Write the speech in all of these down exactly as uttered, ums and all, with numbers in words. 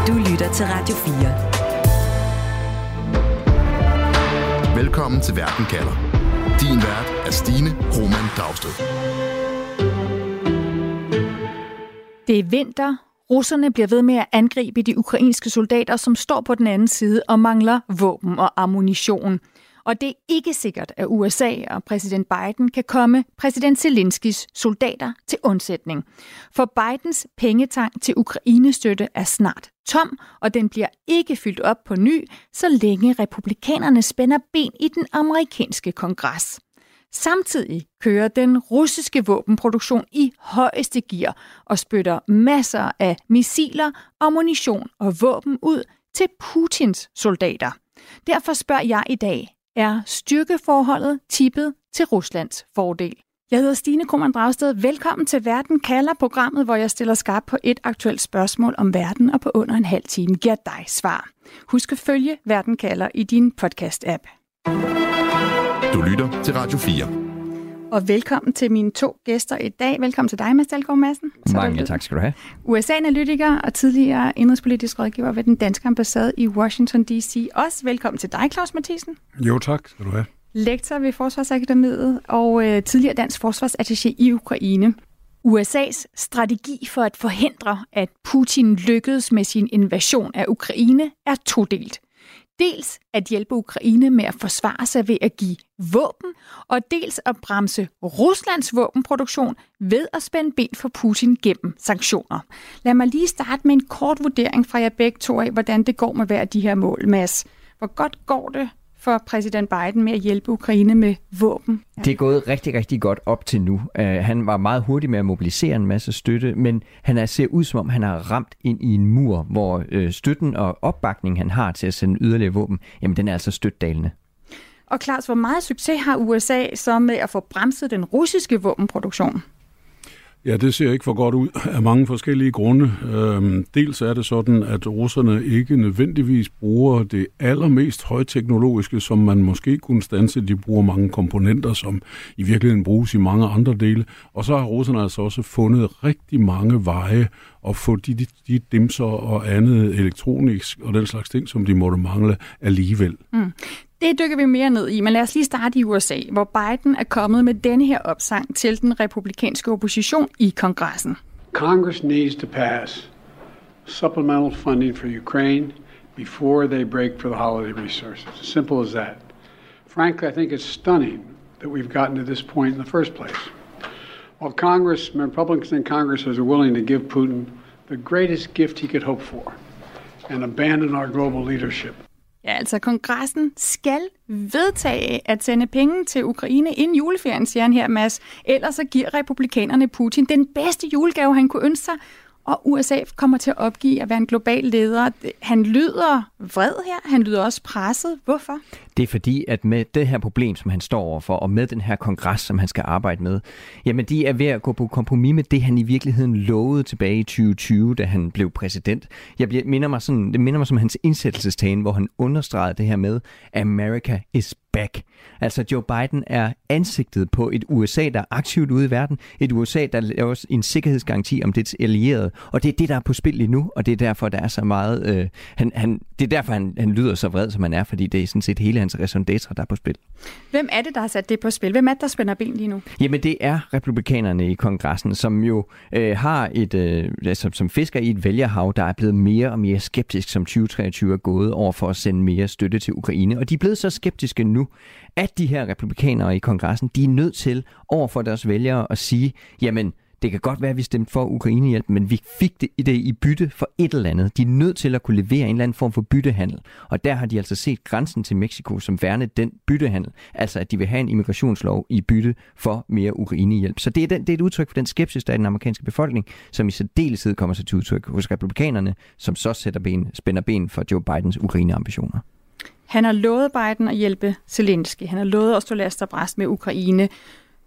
Du lytter til Radio fire. Velkommen til Verden kalder. Din vært er Stine Roman Dragsted. Det er vinter. Russerne bliver ved med at angribe de ukrainske soldater, som står på den anden side og mangler våben og ammunition. Og det er ikke sikkert, at U S A og præsident Biden kan komme præsident Zelenskys soldater til undsætning. For Bidens pengetank til Ukrainestøtte er snart tom, og den bliver ikke fyldt op på ny, så længe republikanerne spænder ben i den amerikanske kongres. Samtidig kører den russiske våbenproduktion i højeste gear og spytter masser af missiler, ammunition og våben ud til Putins soldater. Derfor spørger jeg i dag, er styrkeforholdet tippet til Ruslands fordel? Jeg hedder Stine Krohmann Dragsted. Velkommen til Verden kalder, programmet, hvor jeg stiller skarpt på et aktuelt spørgsmål om verden, og på under en halv time giver dig svar. Husk at følge Verden kalder i din podcast-app. Du lytter til Radio fire. Og velkommen til mine to gæster i dag. Velkommen til dig, Mads Dalgaard Madsen. Mange tak skal du have. U S A-analytiker og tidligere indrigspolitisk rådgiver ved den danske ambassade i Washington D C. Også velkommen til dig, Claus Mathisen. Jo, tak skal du have. Lektor ved Forsvarsakademiet og øh, tidligere dansk forsvarsattaché i Ukraine. U S A's strategi for at forhindre, at Putin lykkedes med sin invasion af Ukraine, er todelt. Dels at hjælpe Ukraine med at forsvare sig ved at give våben, og dels at bremse Ruslands våbenproduktion ved at spænde ben for Putin gennem sanktioner. Lad mig lige starte med en kort vurdering fra jer begge to af, hvordan det går med hver af de her mål, Mads. Hvor godt går det for præsident Biden med at hjælpe Ukraine med våben? Det er gået rigtig, rigtig godt op til nu. Uh, han var meget hurtig med at mobilisere en masse støtte, men han er, ser ud som om, han har ramt ind i en mur, hvor uh, støtten og opbakningen, han har til at sende yderligere våben, jamen den er altså støtdalende. Og Claus, hvor meget succes har U S A så med at få bremset den russiske våbenproduktion? Ja, det ser ikke for godt ud af mange forskellige grunde. Øhm, dels er det sådan, at russerne ikke nødvendigvis bruger det allermest højteknologiske, som man måske kunne standse. De bruger mange komponenter, som i virkeligheden bruges i mange andre dele. Og så har russerne altså også fundet rigtig mange veje at få de, de, de dimser og andet elektronisk og den slags ting, som de måtte mangle alligevel. Mm. Det dykker vi mere ned i, men lad os lige starte i U S A, hvor Biden er kommet med denne her opsang til den republikanske opposition i kongressen. Congress needs to pass supplemental funding for Ukraine before they break for the holiday resources. As simple as that. Frankly, I think it's stunning that we've gotten to this point in the first place. While Congress, Republicans in Congress are willing to give Putin the greatest gift he could hope for and abandon our global leadership. Ja, altså kongressen skal vedtage at sende penge til Ukraine inden juleferien, siger han her, Mads. Ellers så giver republikanerne Putin den bedste julegave, han kunne ønske sig, og U S A kommer til at opgive at være en global leder. Han lyder vred her, han lyder også presset. Hvorfor? Det er fordi, at med det her problem, som han står overfor, og med den her kongres, som han skal arbejde med, jamen de er ved at gå på kompromis med det, han i virkeligheden lovede tilbage i tyve tyve, da han blev præsident. Jeg bliver, minder mig sådan, det minder mig som hans indsættelsestale, hvor han understregede det her med, America is back. Altså Joe Biden er ansigtet på et U S A, der er aktivt ude i verden. Et U S A, der laver en sikkerhedsgaranti om dets allierede. Og det er det, der er på spil lige nu, og det er derfor, der er så meget... Øh, han, han, det er derfor, han, han lyder så vred, som han er, fordi det er sådan set hele hans raison d'être, der er på spil. Hvem er det, der har sat det på spil? Hvem er det, der spænder ben lige nu? Jamen, det er republikanerne i kongressen, som jo øh, har et... Øh, som, som fisker i et vælgerhav, der er blevet mere og mere skeptisk, som tyve treogtyve er gået over for at sende mere støtte til Ukraine. Og de er blevet så skeptiske nu, at de her republikanere i kongressen, de er nødt til over for deres vælgere at sige, jamen, det kan godt være, at vi stemte for Ukrainehjælp, men vi fik det, det i bytte for et eller andet. De er nødt til at kunne levere en eller anden form for byttehandel. Og der har de altså set grænsen til Mexico som værende den byttehandel. Altså, at de vil have en immigrationslov i bytte for mere Ukrainehjælp. Så det er, den, det er et udtryk for den skepsis, der er i den amerikanske befolkning, som i særdeleshed kommer sig til udtryk hos republikanerne, som så sætter ben, spænder ben for Joe Bidens Ukraine-ambitioner. Han har lovet Biden at hjælpe Zelensky. Han har lovet at stå last og bræst med Ukraine.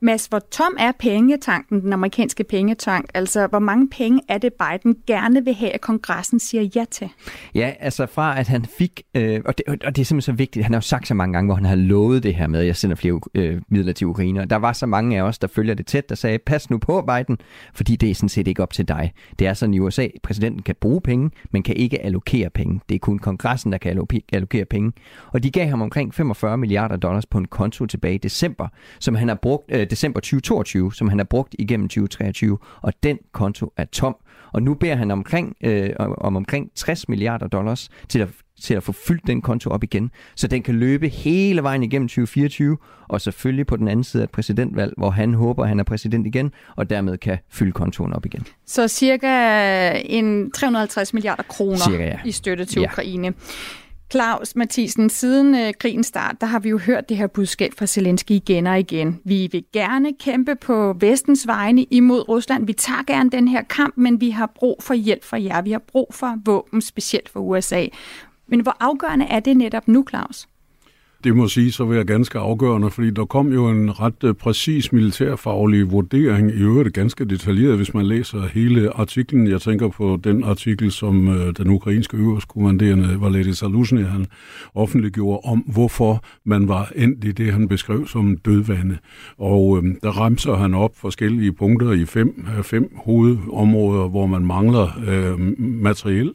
Mads, hvor tom er pengetanken, den amerikanske pengetank? Altså, hvor mange penge er det, Biden gerne vil have, at kongressen siger ja til? Ja, altså fra at han fik, øh, og, det, og det er simpelthen så vigtigt, han har jo sagt så mange gange, hvor han har lovet det her med, at jeg sender flere øh, midler til Ukraine, og der var så mange af os, der følger det tæt, der sagde, pas nu på, Biden, fordi det er sådan set ikke op til dig. Det er sådan i U S A, præsidenten kan bruge penge, men kan ikke allokere penge. Det er kun kongressen, der kan allokere penge. Og de gav ham omkring femogfyrre milliarder dollars på en konto tilbage i december, som han har brugt, øh, december tyve toogtyve, som han har brugt igennem tyve treogtyve, og den konto er tom. Og nu beder han omkring, øh, om omkring tres milliarder dollars til at, til at få fyldt den konto op igen, så den kan løbe hele vejen igennem tyve fireogtyve, og selvfølgelig på den anden side af et præsidentvalg, hvor han håber, at han er præsident igen, og dermed kan fylde kontoen op igen. Så cirka en tre hundrede og halvtreds milliarder kroner cirka, ja. I støtte til ja. Ukraine. Claus Mathiesen, siden øh, krigens start, der har vi jo hørt det her budskab fra Zelensky igen og igen. Vi vil gerne kæmpe på vestens vegne imod Rusland. Vi tager gerne den her kamp, men vi har brug for hjælp fra jer. Vi har brug for våben, specielt for U S A. Men hvor afgørende er det netop nu, Claus? Det må sige, så være ganske afgørende, fordi der kom jo en ret præcis militærfaglig vurdering, i øvrigt ganske detaljeret, hvis man læser hele artiklen. Jeg tænker på den artikel, som øh, den ukrainske øverstkommanderende Valery Zaluzhnyi han offentliggjorde om, hvorfor man var endt i det, han beskrev som dødvande. Og øh, der remser han op forskellige punkter i fem, fem hovedområder, hvor man mangler øh, materiel.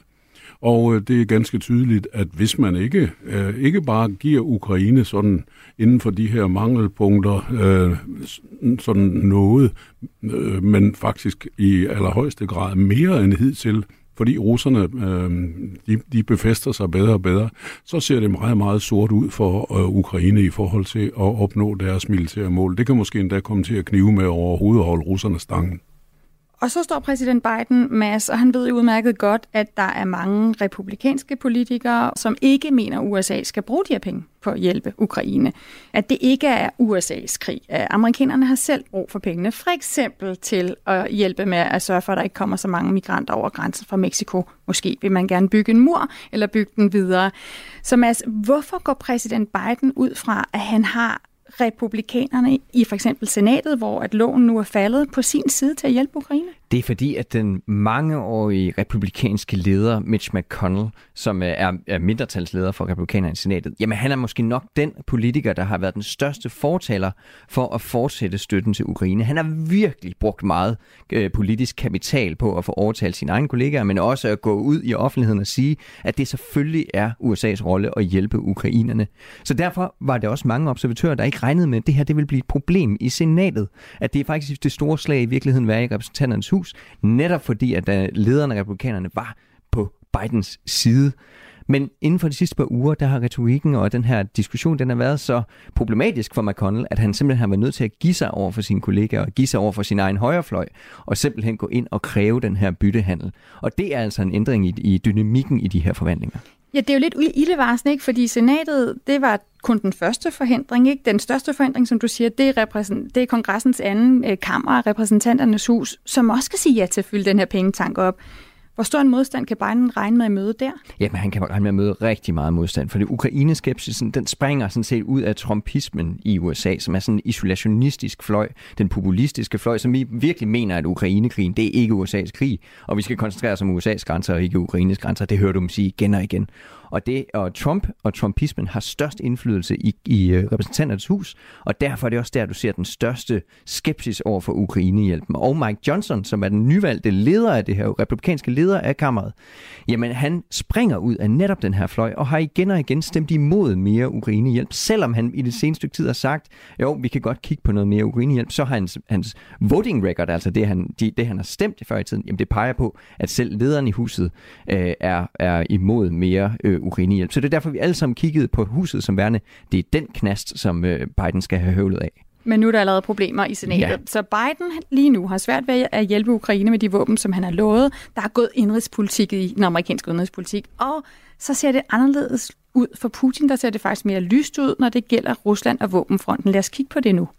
Og det er ganske tydeligt, at hvis man ikke, øh, ikke bare giver Ukraine sådan inden for de her mangelpunkter øh, sådan noget, øh, men faktisk i allerhøjeste grad mere end hidtil, fordi russerne øh, de, de befæster sig bedre og bedre, så ser det meget, meget sort ud for øh, Ukraine i forhold til at opnå deres militære mål. Det kan måske endda komme til at knive med overhovedet at holde russerne stangen. Og så står præsident Biden, Mads, og han ved jo udmærket godt, at der er mange republikanske politikere, som ikke mener, at U S A skal bruge de her penge på at hjælpe Ukraine. At det ikke er U S A's krig. At amerikanerne har selv brug for pengene, for eksempel til at hjælpe med at sørge for, at der ikke kommer så mange migranter over grænsen fra Mexico. Måske vil man gerne bygge en mur, eller bygge den videre. Så Mads, hvorfor går præsident Biden ud fra, at han har republikanerne i for eksempel senatet, hvor at loven nu er faldet, på sin side til at hjælpe Ukraine? Det er fordi, at den mangeårige republikanske leder, Mitch McConnell, som er, er mindretalsleder for republikanerne i senatet, jamen han er måske nok den politiker, der har været den største fortaler for at fortsætte støtten til Ukraine. Han har virkelig brugt meget øh, politisk kapital på at få overtalt sine egne kollegaer, men også at gå ud i offentligheden og sige, at det selvfølgelig er U S A's rolle at hjælpe ukrainerne. Så derfor var det også mange observatører, der ikke regnede med, at det her det ville blive et problem i senatet. At det er faktisk det store slag i virkeligheden var i repræsentanternes hus, netop fordi, at lederne af republikanerne var på Bidens side. Men inden for de sidste par uger, der har retorikken og den her diskussion, den har været så problematisk for McConnell, at han simpelthen har været nødt til at give sig over for sine kollegaer og give sig over for sin egen højrefløj, og simpelthen gå ind og kræve den her byttehandel. Og det er altså en ændring i, i dynamikken i de her forvandlinger. Ja, det er jo lidt ildevarsende, ikke? Fordi senatet, det var kun den første forhindring, ikke? Den største forhindring, som du siger, det er, repræsent- det er kongressens anden øh, kammer, repræsentanternes hus, som også skal sige ja til at fylde den her pengetank op. Hvor stor en modstand kan Biden regne med at møde der? Jamen, han kan regne med at møde rigtig meget modstand, for det Ukraine-skepsisen, den springer sådan set ud af trumpismen i U S A, som er sådan en isolationistisk fløj, den populistiske fløj, som vi virkelig mener, at Ukrainekrigen, det er ikke U S A's krig, og vi skal koncentrere os om U S A's grænser og ikke Ukraines grænser. Det hører du dem sige igen og igen. Og det og Trump og trumpismen har størst indflydelse i, i repræsentanternes hus, og derfor er det også der, du ser den største skepsis over for Ukrainehjælpen. Og Mike Johnson, som er den nyvalgte leder af det her, republikanske leder af kammeret, jamen han springer ud af netop den her fløj, og har igen og igen stemt imod mere Ukrainehjælp, selvom han i det seneste stykke tid har sagt, jo, vi kan godt kigge på noget mere Ukrainehjælp, så har hans, hans voting record, altså det han, de, det han har stemt i før i tiden, jamen det peger på, at selv lederen i huset øh, er, er imod mere øh, Ukrainehjælp. Så det er derfor, vi alle sammen kiggede på huset som værende. Det er den knast, som øh, Biden skal have høvlet af. Men nu er der allerede problemer i senatet. Ja. Så Biden lige nu har svært ved at hjælpe Ukraine med de våben, som han har lovet. Der er gået indrigspolitik i den amerikanske indrigspolitik. Og så ser det anderledes ud for Putin. Der ser det faktisk mere lyst ud, når det gælder Rusland og våbenfronten. Lad os kigge på det nu.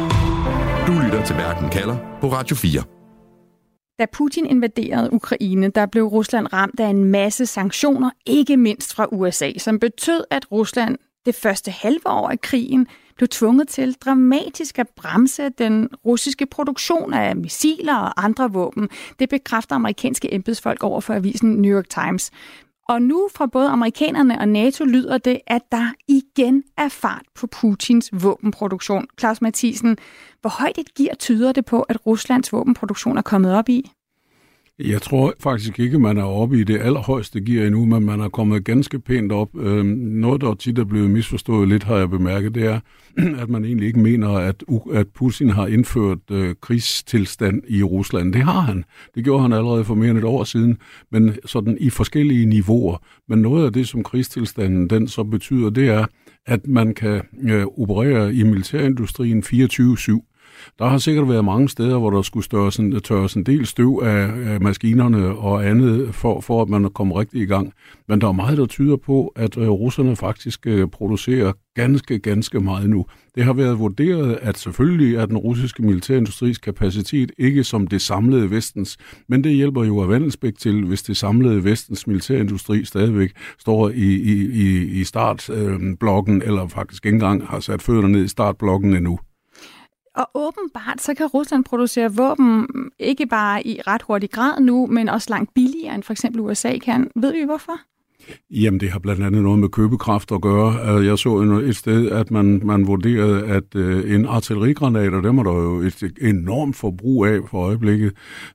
Du lytter til Verden kalder på Radio fire. Da Putin invaderede Ukraine, der blev Rusland ramt af en masse sanktioner, ikke mindst fra U S A, som betød, at Rusland det første halve år af krigen blev tvunget til dramatisk at bremse den russiske produktion af missiler og andre våben. Det bekræfter amerikanske embedsfolk over for avisen New York Times. Og nu fra både amerikanerne og NATO lyder det, at der igen er fart på Putins våbenproduktion. Claus Mathiesen, hvor højt et gear tyder det på, at Ruslands våbenproduktion er kommet op i? Jeg tror faktisk ikke, man er oppe i det allerhøjeste gear endnu, men man er kommet ganske pænt op. Noget, der tit er blevet misforstået lidt, har jeg bemærket, det er, at man egentlig ikke mener, at, at Putin har indført øh, krigstilstand i Rusland. Det har han. Det gjorde han allerede for mere end et år siden, men sådan i forskellige niveauer. Men noget af det, som krigstilstanden den så betyder, det er, at man kan øh, operere i militærindustrien fireogtyve syv. Der har sikkert været mange steder, hvor der skulle størres en, tørres en del støv af, af maskinerne og andet, for, for at man er kommet rigtig i gang. Men der er meget, der tyder på, at øh, russerne faktisk øh, producerer ganske, ganske meget nu. Det har været vurderet, at selvfølgelig er den russiske militærindustris kapacitet ikke som det samlede vestens, men det hjælper jo af Vandelsbæk til, hvis det samlede vestens militærindustri stadigvæk står i, i, i, i startblokken, øh, eller faktisk ikke engang har sat fødderne ned i startblokken endnu. Og åbenbart så kan Rusland producere våben ikke bare i ret hurtig grad nu, men også langt billigere end for eksempel U S A kan. Ved vi hvorfor? Jamen, det har blandt andet noget med købekraft at gøre. Jeg så et sted, at man, man vurderede, at øh, en artillerigranat, og dem er der jo et enormt forbrug af for øjeblikket,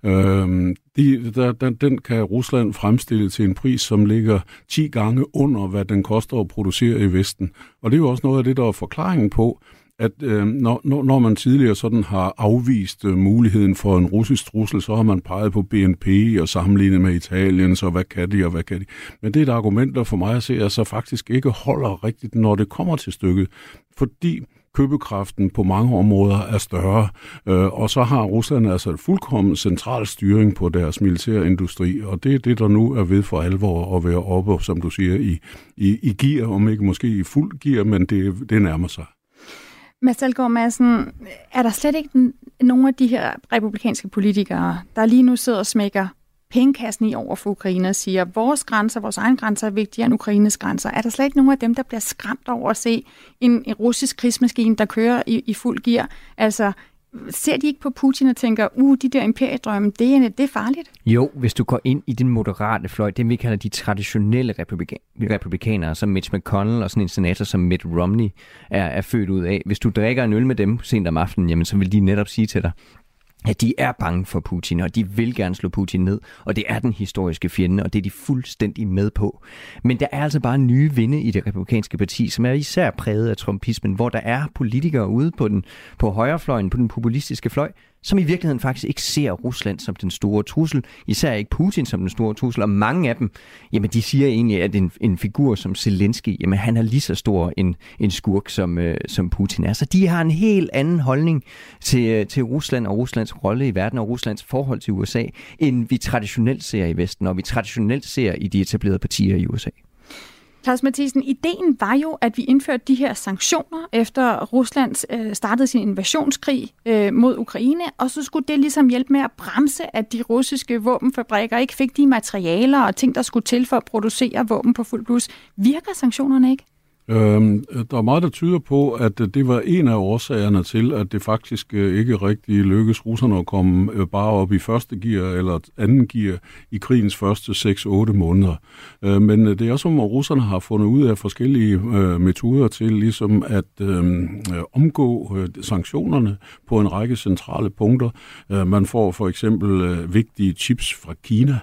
øh, de, der, den, den kan Rusland fremstille til en pris, som ligger ti gange under, hvad den koster at producere i Vesten. Og det er jo også noget af det, der er forklaringen på, at øh, når, når man tidligere sådan har afvist øh, muligheden for en russisk trussel, så har man peget på B N P og sammenlignet med Italien, så hvad kan de og hvad kan de. Men det er et argument, der for mig at se, at så faktisk ikke holder rigtigt, når det kommer til stykket. Fordi købekraften på mange områder er større, øh, og så har Rusland altså et fuldkommen central styring på deres militærindustri, og det er det, der nu er ved for alvor at være oppe, som du siger, i, i, i gear, om ikke måske i fuld gear, men det, det nærmer sig. Mads Dalgaard Madsen, er der slet ikke nogen af de her republikanske politikere, der lige nu sidder og smækker pengekassen i over for Ukraine og siger, at vores grænser, vores egen grænser er vigtigere end Ukraines grænser? Er der slet ikke nogen af dem, der bliver skræmt over at se en, en russisk krigsmaskine, der kører i, i fuld gear? Altså, ser de ikke på Putin og tænker, uh, de der imperiedrømme, det er, det er farligt? Jo, hvis du går ind i den moderate fløj, det vi kalder de traditionelle republika- republikanere, som Mitch McConnell og sådan en senator som Mitt Romney er, er født ud af. Hvis du drikker en øl med dem sent om aftenen, jamen, så vil de netop sige til dig, at de er bange for Putin, og de vil gerne slå Putin ned, og det er den historiske fjende, og det er de fuldstændig med på. Men der er altså bare nye vinde i det republikanske parti, som er især præget af trumpismen, hvor der er politikere ude på den på højrefløjen, på den populistiske fløj, som i virkeligheden faktisk ikke ser Rusland som den store trussel, især ikke Putin som den store trussel, og mange af dem, jamen de siger egentlig, at en, en figur som Zelensky, jamen han er lige så stor en, en skurk, som, øh, som Putin er. Så de har en helt anden holdning til, til Rusland og Ruslands rolle i verden og Ruslands forhold til U S A, end vi traditionelt ser i Vesten, og vi traditionelt ser i de etablerede partier i U S A. Claus Mathiesen, ideen var jo, at vi indførte de her sanktioner, efter Rusland øh, startede sin invasionskrig øh, mod Ukraine, og så skulle det ligesom hjælpe med at bremse, at de russiske våbenfabrikker ikke fik de materialer og ting, der skulle til for at producere våben på fuld blus. Virker sanktionerne ikke? Øhm, der er meget, der tyder på, at det var en af årsagerne til, at det faktisk ikke rigtig lykkedes russerne at komme bare op i første gear eller anden gear i krigens første seks otte måneder. Øh, men det er også som, at russerne har fundet ud af forskellige øh, metoder til ligesom at øh, omgå øh, sanktionerne på en række centrale punkter. Øh, man får for eksempel øh, vigtige chips fra Kina.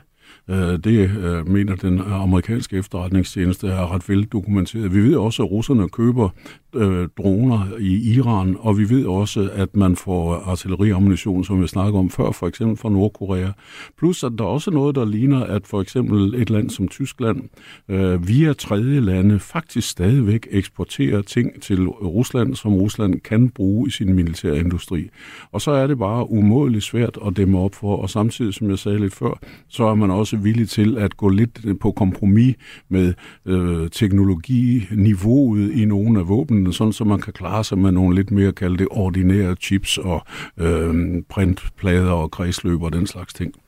Det mener den amerikanske efterretningstjeneste er ret veldokumenteret. Vi ved også, at russerne køber øh, droner i Iran, og vi ved også, at man får artilleriammunition, som vi snakkede om før, for eksempel fra Nordkorea. Plus, at der er også noget, der ligner, at for eksempel et land som Tyskland øh, via tredje lande faktisk stadigvæk eksporterer ting til Rusland, som Rusland kan bruge i sin militærindustri. Og så er det bare umådeligt svært at dæmme op for, og samtidig, som jeg sagde lidt før, så er man også villig til at gå lidt på kompromis med øh, teknologiniveauet i nogle af våbnene, sådan så man kan klare sig med nogle lidt mere kaldte ordinære chips og øh, printplader og kredsløb og den slags ting.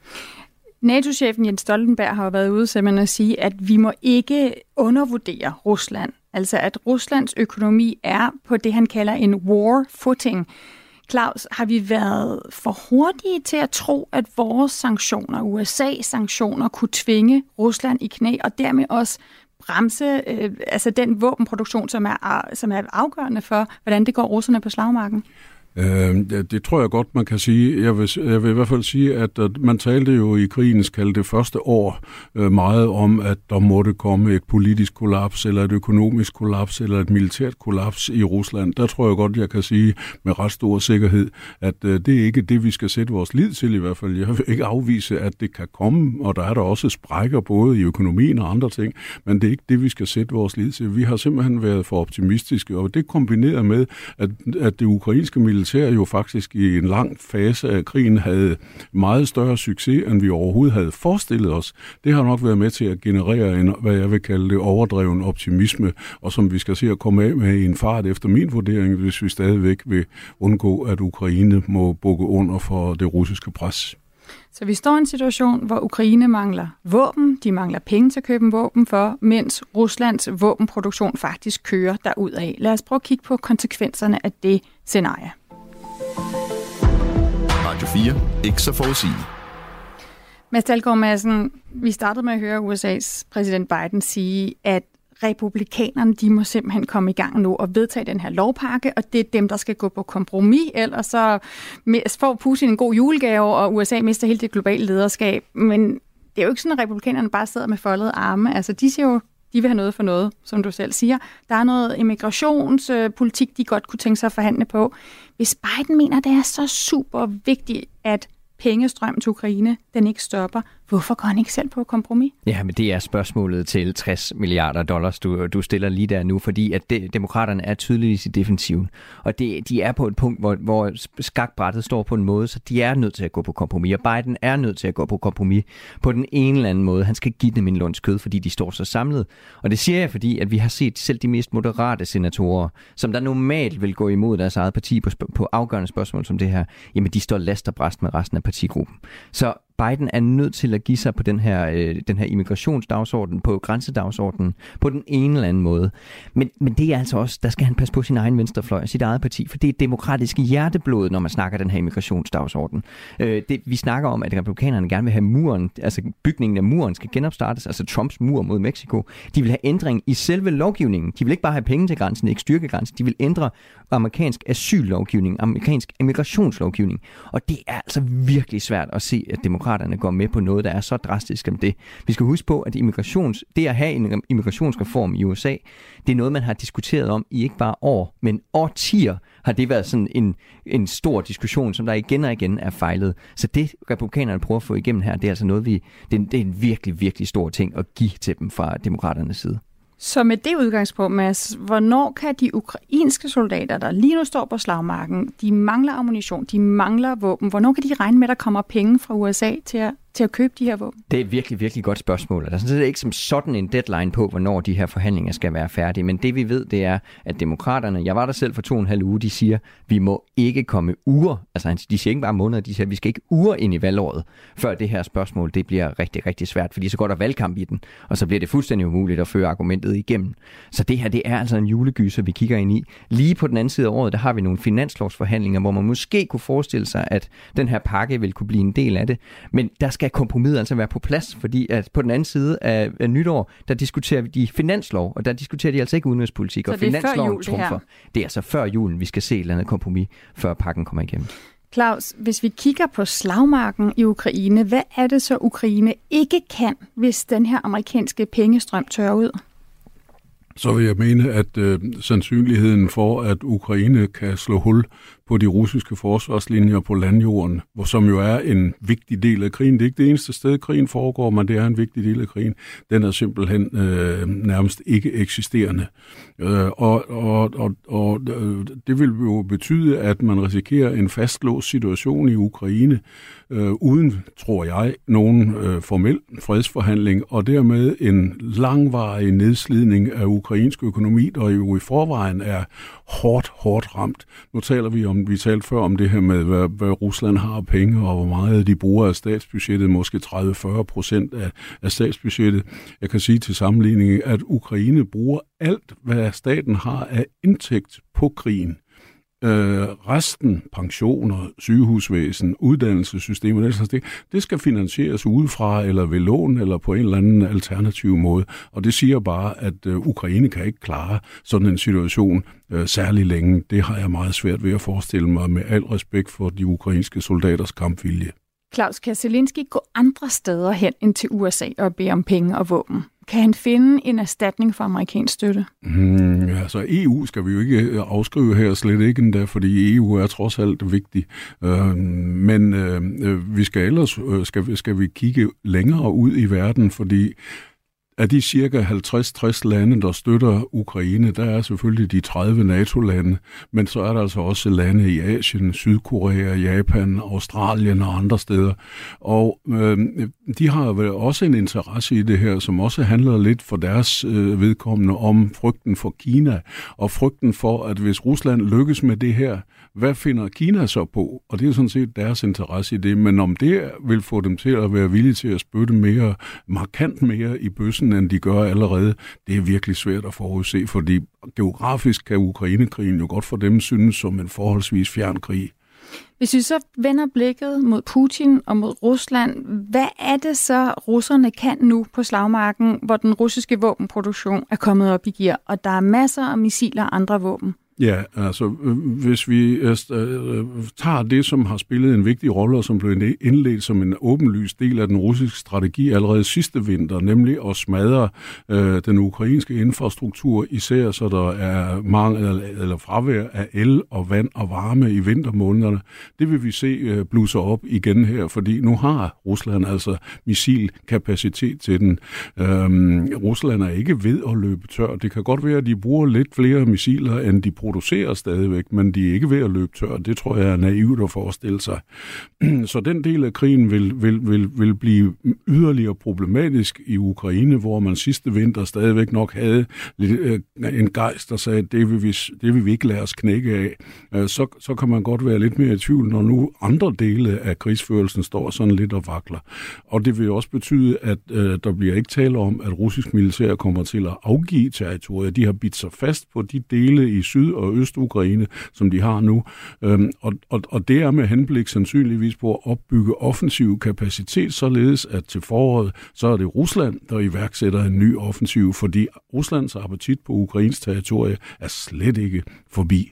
NATO-chefen Jens Stoltenberg har været ude simpelthen at sige, at vi må ikke undervurdere Rusland. altså at Ruslands økonomi er på det, han kalder en war footing. Claus, har vi været for hurtige til at tro, at vores sanktioner, U S A-sanktioner, kunne tvinge Rusland i knæ, og dermed også bremse øh, altså den våbenproduktion, som er, som er afgørende for, hvordan det går russerne på slagmarken? Det, det tror jeg godt, man kan sige. Jeg vil, jeg vil i hvert fald sige, at, at man talte jo i krigens kaldte første år øh, meget om, at der måtte komme et politisk kollaps, eller et økonomisk kollaps, eller et militært kollaps i Rusland. Der tror jeg godt, jeg kan sige med ret stor sikkerhed, at øh, det er ikke det, vi skal sætte vores lid til i hvert fald. Jeg vil ikke afvise, at det kan komme, og der er der også sprækker både i økonomien og andre ting, men det er ikke det, vi skal sætte vores lid til. Vi har simpelthen været for optimistiske, og det kombineret med, at, at det ukrainske militær jo faktisk i en lang fase af krigen havde meget større succes, end vi overhovedet havde forestillet os. Det har nok været med til at generere en, hvad jeg vil kalde det, overdreven optimisme, og som vi skal se at komme af med i en fart efter min vurdering, hvis vi stadigvæk vil undgå, at Ukraine må bukke under for det russiske pres. Så vi står i en situation, hvor Ukraine mangler våben, de mangler penge til at købe våben for, mens Ruslands våbenproduktion faktisk kører derudad. Lad os prøve at kigge på konsekvenserne af det scenarie. Radio fire. Ikke så forudsigende. Mads Dalgaard Madsen, vi startede med at høre U S A's præsident Biden sige, at republikanerne, de må simpelthen komme i gang nu og vedtage den her lovpakke, og det er dem, der skal gå på kompromis, ellers så får Putin en god julegave, og U S A mister helt det globale lederskab. Men det er jo ikke sådan, at republikanerne bare sidder med foldede arme. Altså, de siger jo, de vil have noget for noget, som du selv siger. Der er noget immigrationspolitik, de godt kunne tænke sig at forhandle på. Hvis Biden mener, det er så super vigtigt, at pengestrøm til Ukraine, den ikke stopper, hvorfor går han ikke selv på kompromis? Ja, men det er spørgsmålet til tres milliarder dollars, du, du stiller lige der nu, fordi at de, demokraterne er tydeligvis i defensiven. Og det, de er på et punkt, hvor, hvor skakbrættet står på en måde, så de er nødt til at gå på kompromis. Og Biden er nødt til at gå på kompromis på den ene eller anden måde. Han skal give dem en lunds kød, fordi de står så samlet. Og det siger jeg, fordi at vi har set selv de mest moderate senatorer, som der normalt vil gå imod deres eget parti på, på afgørende spørgsmål som det her, jamen de står last og bræst med resten af partigruppen. Så Biden er nødt til at give sig på den her, øh, den her immigrationsdagsorden, på grænsedagsordenen, på den ene eller anden måde. Men, men det er altså også, der skal han passe på sin egen venstrefløj og sit eget parti, for det er demokratisk hjerteblod, når man snakker den her immigrationsdagsorden. Øh, det, vi snakker om, at republikanerne gerne vil have muren, altså bygningen af muren skal genopstartes, altså Trumps mur mod Mexico. De vil have ændring i selve lovgivningen. De vil ikke bare have penge til grænsen, ikke styrke grænsen. De vil ændre amerikansk asyllovgivning, amerikansk immigrationslovgivning. Og det er altså virkelig svært at se, at demokraterne går med på noget, der er så drastisk som det. Vi skal huske på, at immigrations, det at have en immigrationsreform i U S A, det er noget, man har diskuteret om i ikke bare år, men årtier har det været sådan en, en stor diskussion, som der igen og igen er fejlet. Så det, republikanerne prøver at få igennem her, det er altså noget, vi, det er, det er en virkelig, virkelig stor ting at give til dem fra demokraternes side. Så med det udgangspunkt, Mads, hvornår kan de ukrainske soldater, der lige nu står på slagmarken, de mangler ammunition, de mangler våben, hvornår kan de regne med, at der kommer penge fra U S A til at, til at købe de her våben? Det er et virkelig, virkelig godt spørgsmål. Der er sådan set ikke som sådan en deadline på, hvornår de her forhandlinger skal være færdige, men det vi ved, det er, at demokraterne, jeg var der selv for to og en halv uge, de siger, vi må ikke komme uger, altså de siger ikke bare måneder, de siger, vi skal ikke uger ind i valgåret, før det her spørgsmål, det bliver rigtig, rigtig svært, fordi så går der valgkamp i den, og så bliver det fuldstændig umuligt at føre argumentet igennem. Så det her, det er altså en julegyser, vi kigger ind i. Lige på den anden side af året, der har vi nogle finanslovsforhandlinger, hvor man måske kunne forestille sig, at den her pakke vil kunne blive en del af det, men der skal kompromiset altså være på plads, fordi at på den anden side af, af nytår, der diskuterer vi de finanslov, og der diskuterer de altså ikke udenrigspolitik, så og finansloven trumfer. Det, det er altså før julen, vi skal se et eller andet kompromis, før pakken kommer igennem. Claus, hvis vi kigger på slagmarken i Ukraine, hvad er det så Ukraine ikke kan, hvis den her amerikanske pengestrøm tørrer ud? Så vil jeg mene, at øh, sandsynligheden for, at Ukraine kan slå hul på de russiske forsvarslinjer på landjorden, hvor som jo er en vigtig del af krigen. Det er ikke det eneste sted, krigen foregår, men det er en vigtig del af krigen. Den er simpelthen øh, nærmest ikke eksisterende. Øh, og og, og, og øh, det vil jo betyde, at man risikerer en fastlåst situation i Ukraine, øh, uden, tror jeg, nogen øh, formel fredsforhandling, og dermed en langvarig nedslidning af ukrainsk økonomi, der jo i forvejen er hårdt, hårdt ramt. Nu taler vi om om, vi talte før om det her med, hvad, hvad Rusland har af penge, og hvor meget de bruger af statsbudgettet, måske tredive til fyrre procent af, af statsbudgettet. Jeg kan sige til sammenligning, at Ukraine bruger alt, hvad staten har af indtægt på krigen. Øh, resten, pensioner, sygehusvæsen, uddannelsessystemer, det, det, det skal finansieres udefra, eller ved lån, eller på en eller anden alternativ måde. Og det siger bare, at øh, Ukraine kan ikke klare sådan en situation øh, særlig længe. Det har jeg meget svært ved at forestille mig, med al respekt for de ukrainske soldaters kampvilje. Claus, kan Zelensky gå andre steder hen end til U S A og bede om penge og våben? Kan han finde en erstatning for amerikansk støtte? Hmm, altså E U skal vi jo ikke afskrive her, slet ikke endda, fordi E U er trods alt vigtig. Øh, men øh, vi skal ellers øh, skal, skal vi kigge længere ud i verden, fordi af de cirka halvtreds til tres lande, der støtter Ukraine, der er selvfølgelig de tredive NATO-lande, men så er der altså også lande i Asien, Sydkorea, Japan, Australien og andre steder. Og øh, de har vel også en interesse i det her, som også handler lidt for deres øh, vedkommende om frygten for Kina, og frygten for, at hvis Rusland lykkes med det her, hvad finder Kina så på? Og det er sådan set deres interesse i det, men om det vil få dem til at være villige til at spytte mere, markant mere i bøssen, end de gør allerede, det er virkelig svært at forudse, fordi geografisk kan Ukrainekrigen jo godt for dem synes som en forholdsvis fjern krig. Hvis vi så vender blikket mod Putin og mod Rusland, hvad er det så, russerne kan nu på slagmarken, hvor den russiske våbenproduktion er kommet op i gear, og der er masser af missiler og andre våben? Ja, altså hvis vi øh, tager det, som har spillet en vigtig rolle, og som blev indledt som en åbenlys del af den russiske strategi allerede sidste vinter, nemlig at smadre øh, den ukrainske infrastruktur, især så der er mangel eller, eller fravær af el og vand og varme i vintermånederne, det vil vi se øh, blusse op igen her, fordi nu har Rusland altså missilkapacitet til den. Øhm, Rusland er ikke ved at løbe tør. Det kan godt være, at de bruger lidt flere missiler, end de producerer stadigvæk, men de er ikke ved at løbe tør. Det tror jeg er naivt at forestille sig. Så den del af krigen vil, vil, vil, vil blive yderligere problematisk i Ukraine, hvor man sidste vinter stadigvæk nok havde en gejst, der sagde, at det vil vi, det vil vi ikke lade os knække af. Så, så kan man godt være lidt mere i tvivl, når nu andre dele af krigsførelsen står sådan lidt og vakler. Og det vil også betyde, at øh, der bliver ikke tale om, at russisk militær kommer til at afgive territorier. De har bidt sig fast på de dele i Syd- og Øst-Ukraine, som de har nu. Øhm, og, og, og det er med henblik sandsynligvis på at opbygge offensiv kapacitet, således at til foråret, så er det Rusland, der iværksætter en ny offensiv, fordi Ruslands appetit på Ukrains territorie er slet ikke forbi.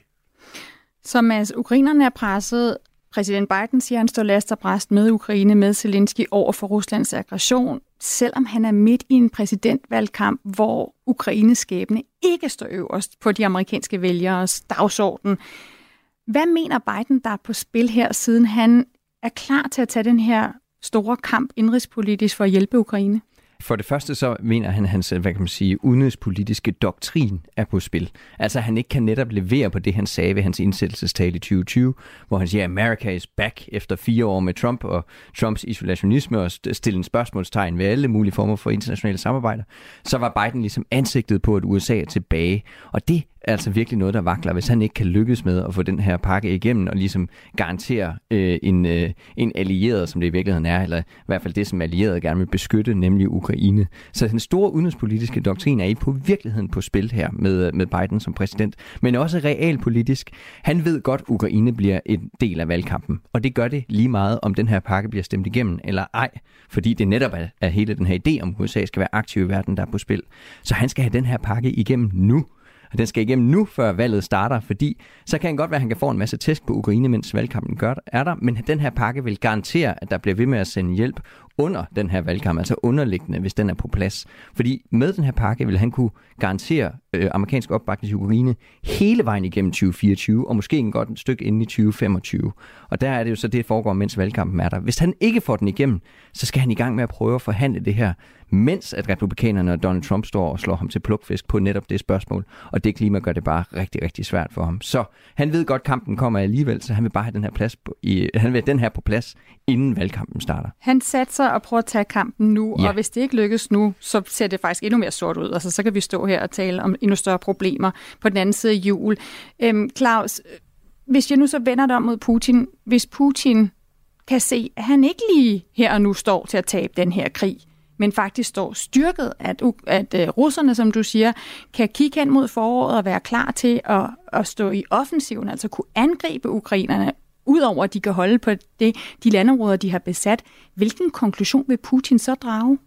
Så Mads, ukrainerne er presset. Præsident Biden siger, at han står last og bræst med Ukraine, med Zelensky over for Ruslands aggression, selvom han er midt i en præsidentvalgkamp, hvor Ukraines skæbne ikke står øverst på de amerikanske vælgeres dagsorden. Hvad mener Biden, der er på spil her, siden han er klar til at tage den her store kamp indrigspolitisk for at hjælpe Ukraine? For det første så mener han, at hans, hvad kan man sige, udenrigspolitiske doktrin er på spil. Altså han ikke kan netop levere på det, han sagde ved hans indsættelsestale i tyve tyve, hvor han siger, America is back efter fire år med Trump og Trumps isolationisme og stille en spørgsmålstegn ved alle mulige former for internationale samarbejder. Så var Biden ligesom ansigtet på, at U S A er tilbage. Og det er altså virkelig noget, der vakler, hvis han ikke kan lykkes med at få den her pakke igennem og ligesom garantere øh, en, øh, en allieret, som det i virkeligheden er, eller i hvert fald det, som allierede gerne vil beskytte, nemlig Ukraine. Så den store udenrigspolitiske doktrin er i på virkeligheden på spil her med, med Biden som præsident, men også realpolitisk. Han ved godt, at Ukraine bliver en del af valgkampen, og det gør det lige meget, om den her pakke bliver stemt igennem eller ej, fordi det netop er, er hele den her idé om, at U S A skal være aktiv i verden, der er på spil. Så han skal have den her pakke igennem nu. Og den skal igennem nu, før valget starter, fordi så kan det godt være, at han kan få en masse tæsk på Ukraine, mens valgkampen gør, er der. Men den her pakke vil garantere, at der bliver ved med at sende hjælp under den her valgkamp, altså underliggende, hvis den er på plads. Fordi med den her pakke vil han kunne garantere øh, amerikansk opbakning til Ukraine hele vejen igennem tyve fireogtyve, og måske en godt et stykke inden i tyve femogtyve. Og der er det jo så det, der foregår, mens valgkampen er der. Hvis han ikke får den igennem, så skal han i gang med at prøve at forhandle det her, mens at republikanerne og Donald Trump står og slår ham til plukfisk på netop det spørgsmål. Og det klima gør det bare rigtig, rigtig svært for ham. Så han ved godt, at kampen kommer alligevel, så han vil bare have den her, plads på, i, han vil have den her på plads, inden valgkampen starter. Han satser og prøver at tage kampen nu, ja. Og hvis det ikke lykkes nu, så ser det faktisk endnu mere sort ud. Altså, så kan vi stå her og tale om endnu større problemer på den anden side af jul. Øhm, Claus, hvis jeg nu så vender det om mod Putin, hvis Putin kan se, at han ikke lige her og nu står til at tabe den her krig, men faktisk står styrket, at, at uh, russerne, som du siger, kan kigge hen mod foråret og være klar til at, at stå i offensiven, altså kunne angribe ukrainerne, udover at de kan holde på det, de landområder, de har besat. Hvilken konklusion vil Putin så drage?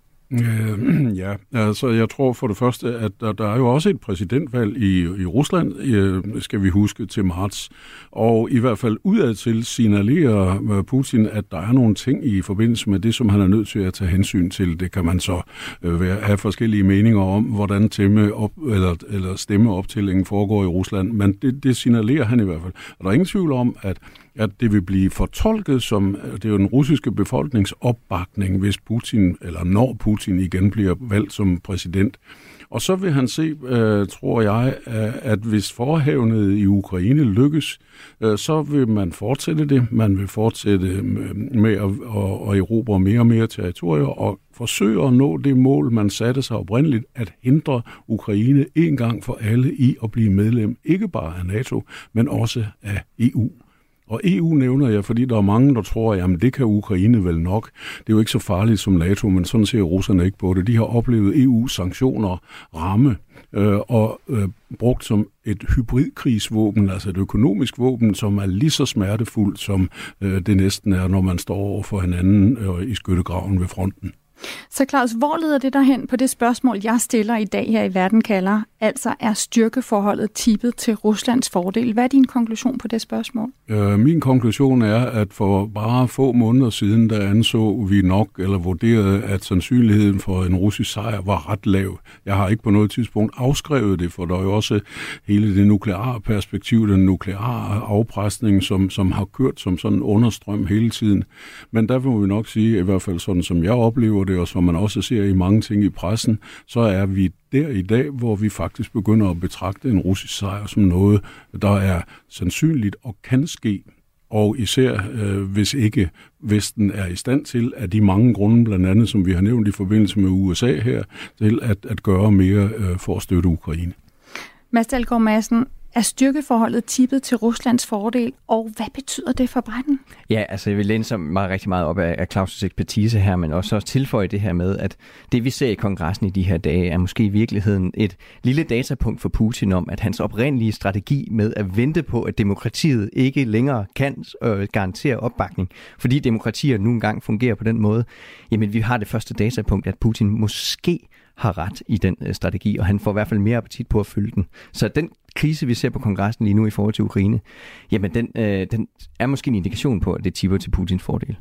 Øh, ja, altså jeg tror for det første, at der, der er jo også et præsidentvalg i, i Rusland, øh, skal vi huske, til marts. Og i hvert fald udadtil signalerer Putin, at der er nogle ting i forbindelse med det, som han er nødt til at tage hensyn til. Det kan man så øh, være, have forskellige meninger om, hvordan temme op, eller, eller stemmeoptællingen foregår i Rusland. Men det, det signalerer han i hvert fald. Og der er ingen tvivl om, at at det vil blive fortolket som, det er jo den russiske befolkningsopbakning, hvis Putin, eller når Putin igen bliver valgt som præsident. Og så vil han se, øh, tror jeg, at hvis forhavnet i Ukraine lykkes, øh, så vil man fortsætte det. Man vil fortsætte med at, at, at erobre mere og mere territorier og forsøge at nå det mål, man satte sig oprindeligt, at hindre Ukraine en gang for alle i at blive medlem, ikke bare af NATO, men også af E U. Og E U nævner jeg, fordi der er mange, der tror, at det kan Ukraine vel nok. Det er jo ikke så farligt som NATO, men sådan ser russerne ikke på det. De har oplevet E U-sanktioner ramme øh, og øh, brugt som et hybridkrigsvåben, altså et økonomisk våben, som er lige så smertefuldt, som øh, det næsten er, når man står over for hinanden øh, i skyttegraven ved fronten. Så Claus, hvor leder det derhen på det spørgsmål, jeg stiller i dag her i Verden kalder? Altså er styrkeforholdet tippet til Ruslands fordel? Hvad er din konklusion på det spørgsmål? Øh, min konklusion er, at for bare få måneder siden, der anså vi nok, eller vurderede, at sandsynligheden for en russisk sejr var ret lav. Jeg har ikke på noget tidspunkt afskrevet det, for der er jo også hele det nukleare perspektiv, den nukleare afpresning, som, som har kørt som sådan en understrøm hele tiden. Men der vil vi nok sige, i hvert fald sådan som jeg oplever det, og som man også ser i mange ting i pressen, så er vi der i dag, hvor vi faktisk begynder at betragte en russisk sejr som noget, der er sandsynligt og kan ske. Og især øh, hvis ikke Vesten er i stand til, af de mange grunde, blandt andet som vi har nævnt i forbindelse med U S A her, til at, at gøre mere øh, for at støtte Ukraine. Mads Dalgaard Madsen, er styrkeforholdet tippet til Ruslands fordel, og hvad betyder det for Biden? Ja, altså jeg vil læne sig meget, rigtig meget op af, af Claus' ekspertise her, men også, også tilføje det her med, at det vi ser i kongressen i de her dage, er måske i virkeligheden et lille datapunkt for Putin om, at hans oprindelige strategi med at vente på, at demokratiet ikke længere kan øh, garantere opbakning, fordi demokratier nu engang fungerer på den måde, jamen vi har det første datapunkt, at Putin måske har ret i den øh, strategi, og han får i hvert fald mere appetit på at følge den. Så den krise, vi ser på kongressen lige nu i forhold til Ukraine, jamen den, øh, den er måske en indikation på, at det tipper til Putins fordel.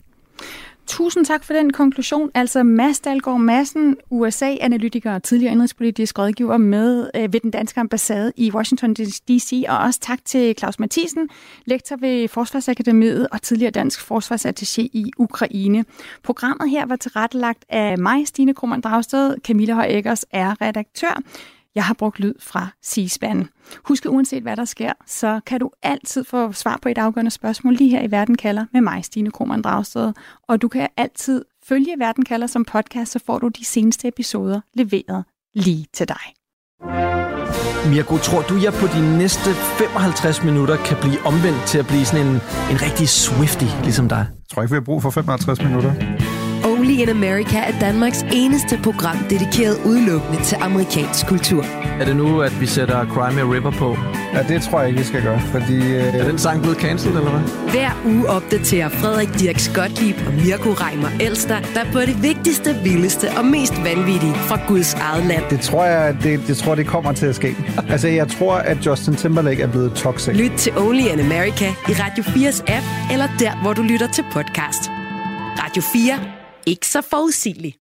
Tusind tak for den konklusion. Altså Mads Dalgaard Madsen, U S A-analytiker og tidligere indrigspolitisk rådgiver med øh, ved den danske ambassade i Washington D C, og også tak til Claus Mathisen, lektor ved Forsvarsakademiet og tidligere dansk forsvarsattaché i Ukraine. Programmet her var tilrettelagt af mig, Stine Krohmann Dragsted. Camilla Høj Eggers er redaktør. Jeg har brugt lyd fra C-SPAN. Husk, uanset hvad der sker, så kan du altid få svar på et afgørende spørgsmål lige her i Verden kalder med mig, Stine Krohmann Dragsted. Og du kan altid følge Verden kalder som podcast, så får du de seneste episoder leveret lige til dig. Mirko, tror du, jeg på de næste femoghalvtreds minutter kan blive omvendt til at blive sådan en, en rigtig Swiftie, ligesom dig? Jeg tror ikke, vi har brug for femoghalvtreds minutter. Only in America er Danmarks eneste program dedikeret udelukkende til amerikansk kultur. Er det nu, at vi sætter Cry Me a River på? Ja, det tror jeg ikke, vi skal gøre, fordi... Øh... Er den sang blevet cancelled, eller hvad? Hver uge opdaterer Frederik Dirk Gottlieb og Mirko Reimer Elster, der på det vigtigste, vildeste og mest vanvittige fra Guds eget land. Det tror jeg, det, det, tror, det kommer til at ske. Altså, jeg tror, at Justin Timberlake er blevet toxic. Lyt til Only in America i Radio fires app, eller der, hvor du lytter til podcast. Radio fire. Ikke så forudsigeligt.